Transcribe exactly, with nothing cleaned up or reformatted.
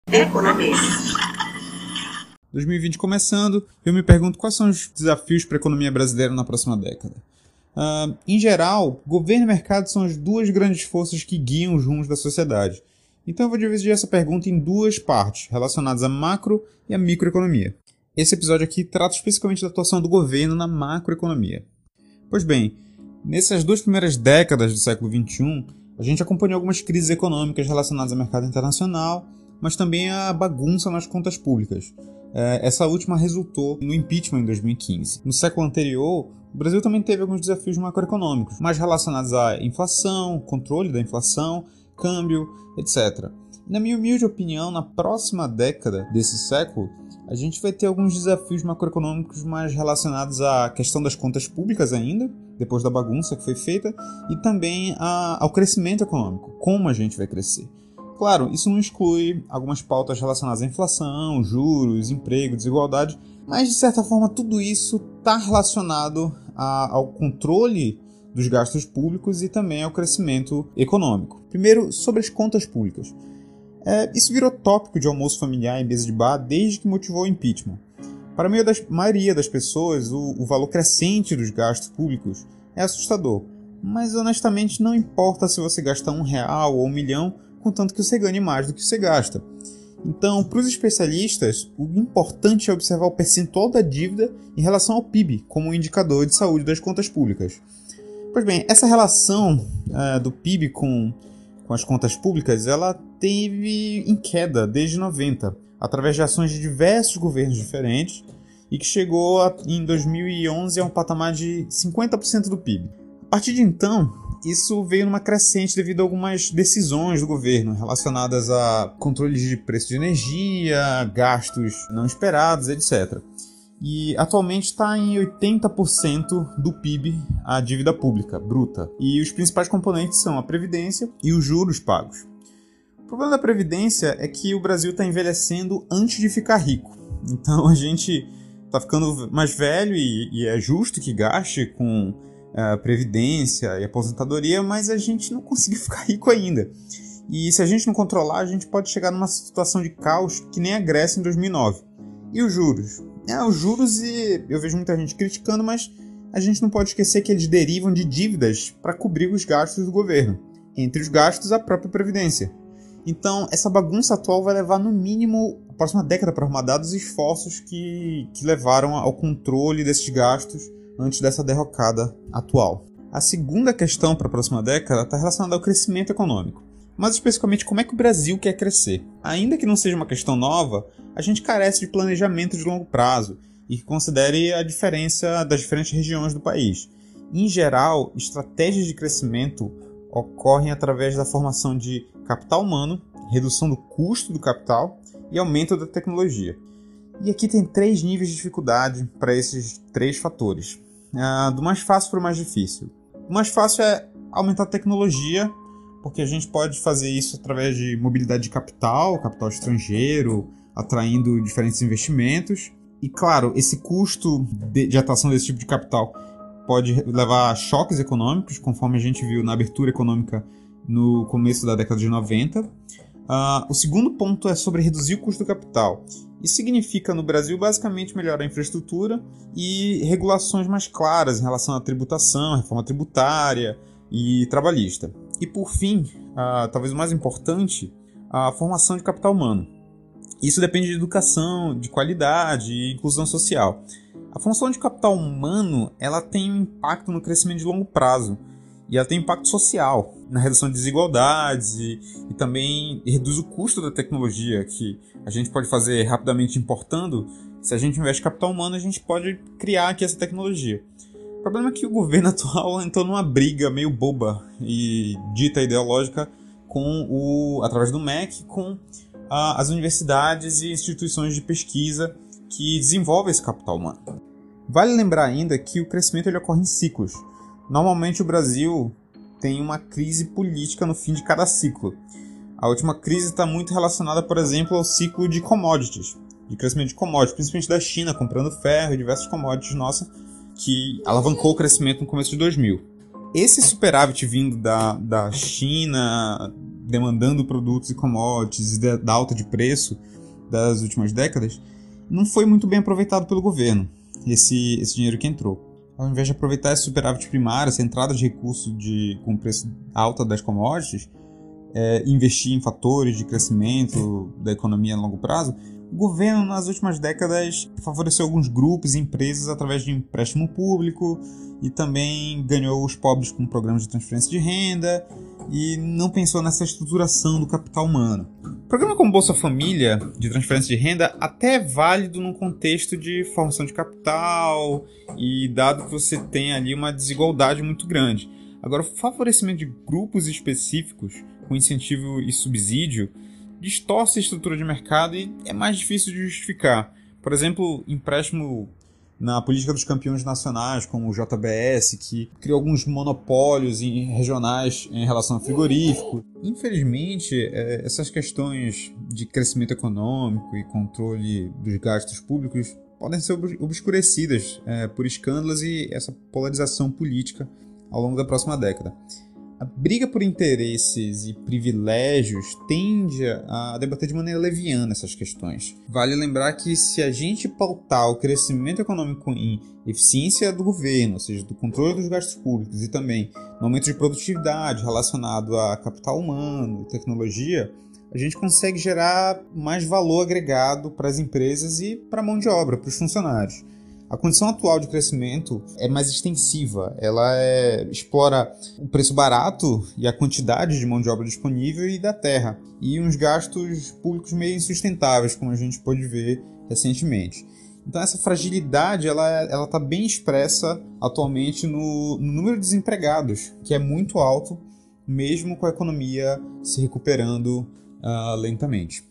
Economia. dois mil e vinte começando, eu me pergunto quais são os desafios para a economia brasileira na próxima década. Uh, em geral, governo e mercado são as duas grandes forças que guiam os rumos da sociedade. Então eu vou dividir essa pergunta em duas partes, relacionadas à macro e à microeconomia. Esse episódio aqui trata especificamente da atuação do governo na macroeconomia. Pois bem, nessas duas primeiras décadas do século vinte e um, a gente acompanhou algumas crises econômicas relacionadas ao mercado internacional, mas também a bagunça nas contas públicas. Essa última resultou no impeachment em dois mil e quinze. No século anterior, o Brasil também teve alguns desafios macroeconômicos, mais relacionados à inflação, controle da inflação, câmbio, etcétera. Na minha humilde opinião, na próxima década desse século, a gente vai ter alguns desafios macroeconômicos mais relacionados à questão das contas públicas ainda, depois da bagunça que foi feita, e também a, ao crescimento econômico, como a gente vai crescer. Claro, isso não exclui algumas pautas relacionadas à inflação, juros, emprego, desigualdade, mas de certa forma tudo isso está relacionado a, ao controle dos gastos públicos e também ao crescimento econômico. Primeiro, sobre as contas públicas. É, isso virou tópico de almoço familiar e mesa de bar desde que motivou o impeachment. Para a maioria das pessoas, o, o valor crescente dos gastos públicos é assustador, mas honestamente não importa se você gasta um real ou um milhão, contanto que você ganhe mais do que você gasta. Então, para os especialistas, o importante é observar o percentual da dívida em relação ao P I B, como um indicador de saúde das contas públicas. Pois bem, essa relação uh, do P I B com, com as contas públicas, ela teve em queda desde noventa, através de ações de diversos governos diferentes, e que chegou a, em dois mil e onze a um patamar de cinquenta por cento do P I B. A partir de então, isso veio numa crescente devido a algumas decisões do governo relacionadas a controle de preço de energia, gastos não esperados, etcétera. E atualmente está em oitenta por cento do P I B a dívida pública bruta. E os principais componentes são a Previdência e os juros pagos. O problema da Previdência é que o Brasil está envelhecendo antes de ficar rico. Então a gente está ficando mais velho e, e é justo que gaste com a previdência e aposentadoria, mas a gente não conseguiu ficar rico ainda. E se a gente não controlar, a gente pode chegar numa situação de caos que nem a Grécia em dois mil e nove. E os juros? É, os juros, e eu vejo muita gente criticando, mas a gente não pode esquecer que eles derivam de dívidas para cobrir os gastos do governo. Entre os gastos, a própria previdência. Então, essa bagunça atual vai levar no mínimo a próxima década para arrumar dados e esforços que, que levaram ao controle desses gastos antes dessa derrocada atual. A segunda questão para a próxima década está relacionada ao crescimento econômico. Mais especificamente, como é que o Brasil quer crescer? Ainda que não seja uma questão nova, a gente carece de planejamento de longo prazo e que considere a diferença das diferentes regiões do país. Em geral, estratégias de crescimento ocorrem através da formação de capital humano, redução do custo do capital e aumento da tecnologia. E aqui tem três níveis de dificuldade para esses três fatores. Uh, do mais fácil para o mais difícil. O mais fácil é aumentar a tecnologia, porque a gente pode fazer isso através de mobilidade de capital, capital estrangeiro, atraindo diferentes investimentos. E claro, esse custo de, de atuação desse tipo de capital pode levar a choques econômicos, conforme a gente viu na abertura econômica no começo da década de noventa. Uh, o segundo ponto é sobre reduzir o custo do capital. Isso significa, no Brasil, basicamente melhorar a infraestrutura e regulações mais claras em relação à tributação, reforma tributária e trabalhista. E, por fim, uh, talvez o mais importante, a formação de capital humano. Isso depende de educação, de qualidade e inclusão social. A formação de capital humano ela tem um impacto no crescimento de longo prazo. E ela tem impacto social, na redução de desigualdades e, e também reduz o custo da tecnologia, que a gente pode fazer rapidamente importando. Se a gente investe capital humano, a gente pode criar aqui essa tecnologia. O problema é que o governo atual entrou numa briga meio boba e dita ideológica com o, através do M E C com a, as universidades e instituições de pesquisa que desenvolvem esse capital humano. Vale lembrar ainda que o crescimento ele ocorre em ciclos. Normalmente o Brasil tem uma crise política no fim de cada ciclo. A última crise está muito relacionada, por exemplo, ao ciclo de commodities, de crescimento de commodities, principalmente da China, comprando ferro e diversos commodities, nossa, que alavancou o crescimento no começo de dois mil. Esse superávit vindo da, da China, demandando produtos e commodities e da, da alta de preço das últimas décadas, não foi muito bem aproveitado pelo governo, esse, esse dinheiro que entrou. Ao invés de aproveitar esse superávit primário, essa entrada de recurso de, com preço alta das commodities, é, investir em fatores de crescimento da economia a longo prazo, o governo, nas últimas décadas, favoreceu alguns grupos e empresas através de empréstimo público e também ganhou os pobres com programas de transferência de renda e não pensou nessa estruturação do capital humano. O programa como Bolsa Família, de transferência de renda, até é válido num contexto de formação de capital e dado que você tem ali uma desigualdade muito grande. Agora, o favorecimento de grupos específicos com incentivo e subsídio distorce a estrutura de mercado e é mais difícil de justificar. Por exemplo, empréstimo na política dos campeões nacionais, como o J B S, que criou alguns monopólios regionais em relação ao frigorífico. Infelizmente, essas questões de crescimento econômico e controle dos gastos públicos podem ser obscurecidas por escândalos e essa polarização política ao longo da próxima década. A briga por interesses e privilégios tende a debater de maneira leviana essas questões. Vale lembrar que se a gente pautar o crescimento econômico em eficiência do governo, ou seja, do controle dos gastos públicos e também no aumento de produtividade relacionado a capital humano, tecnologia, a gente consegue gerar mais valor agregado para as empresas e para a mão de obra, para os funcionários. A condição atual de crescimento é mais extensiva, ela é, explora o preço barato e a quantidade de mão de obra disponível e da terra, e uns gastos públicos meio insustentáveis, como a gente pôde ver recentemente. Então essa fragilidade ela ela está bem expressa atualmente no, no número de desempregados, que é muito alto, mesmo com a economia se recuperando uh, lentamente.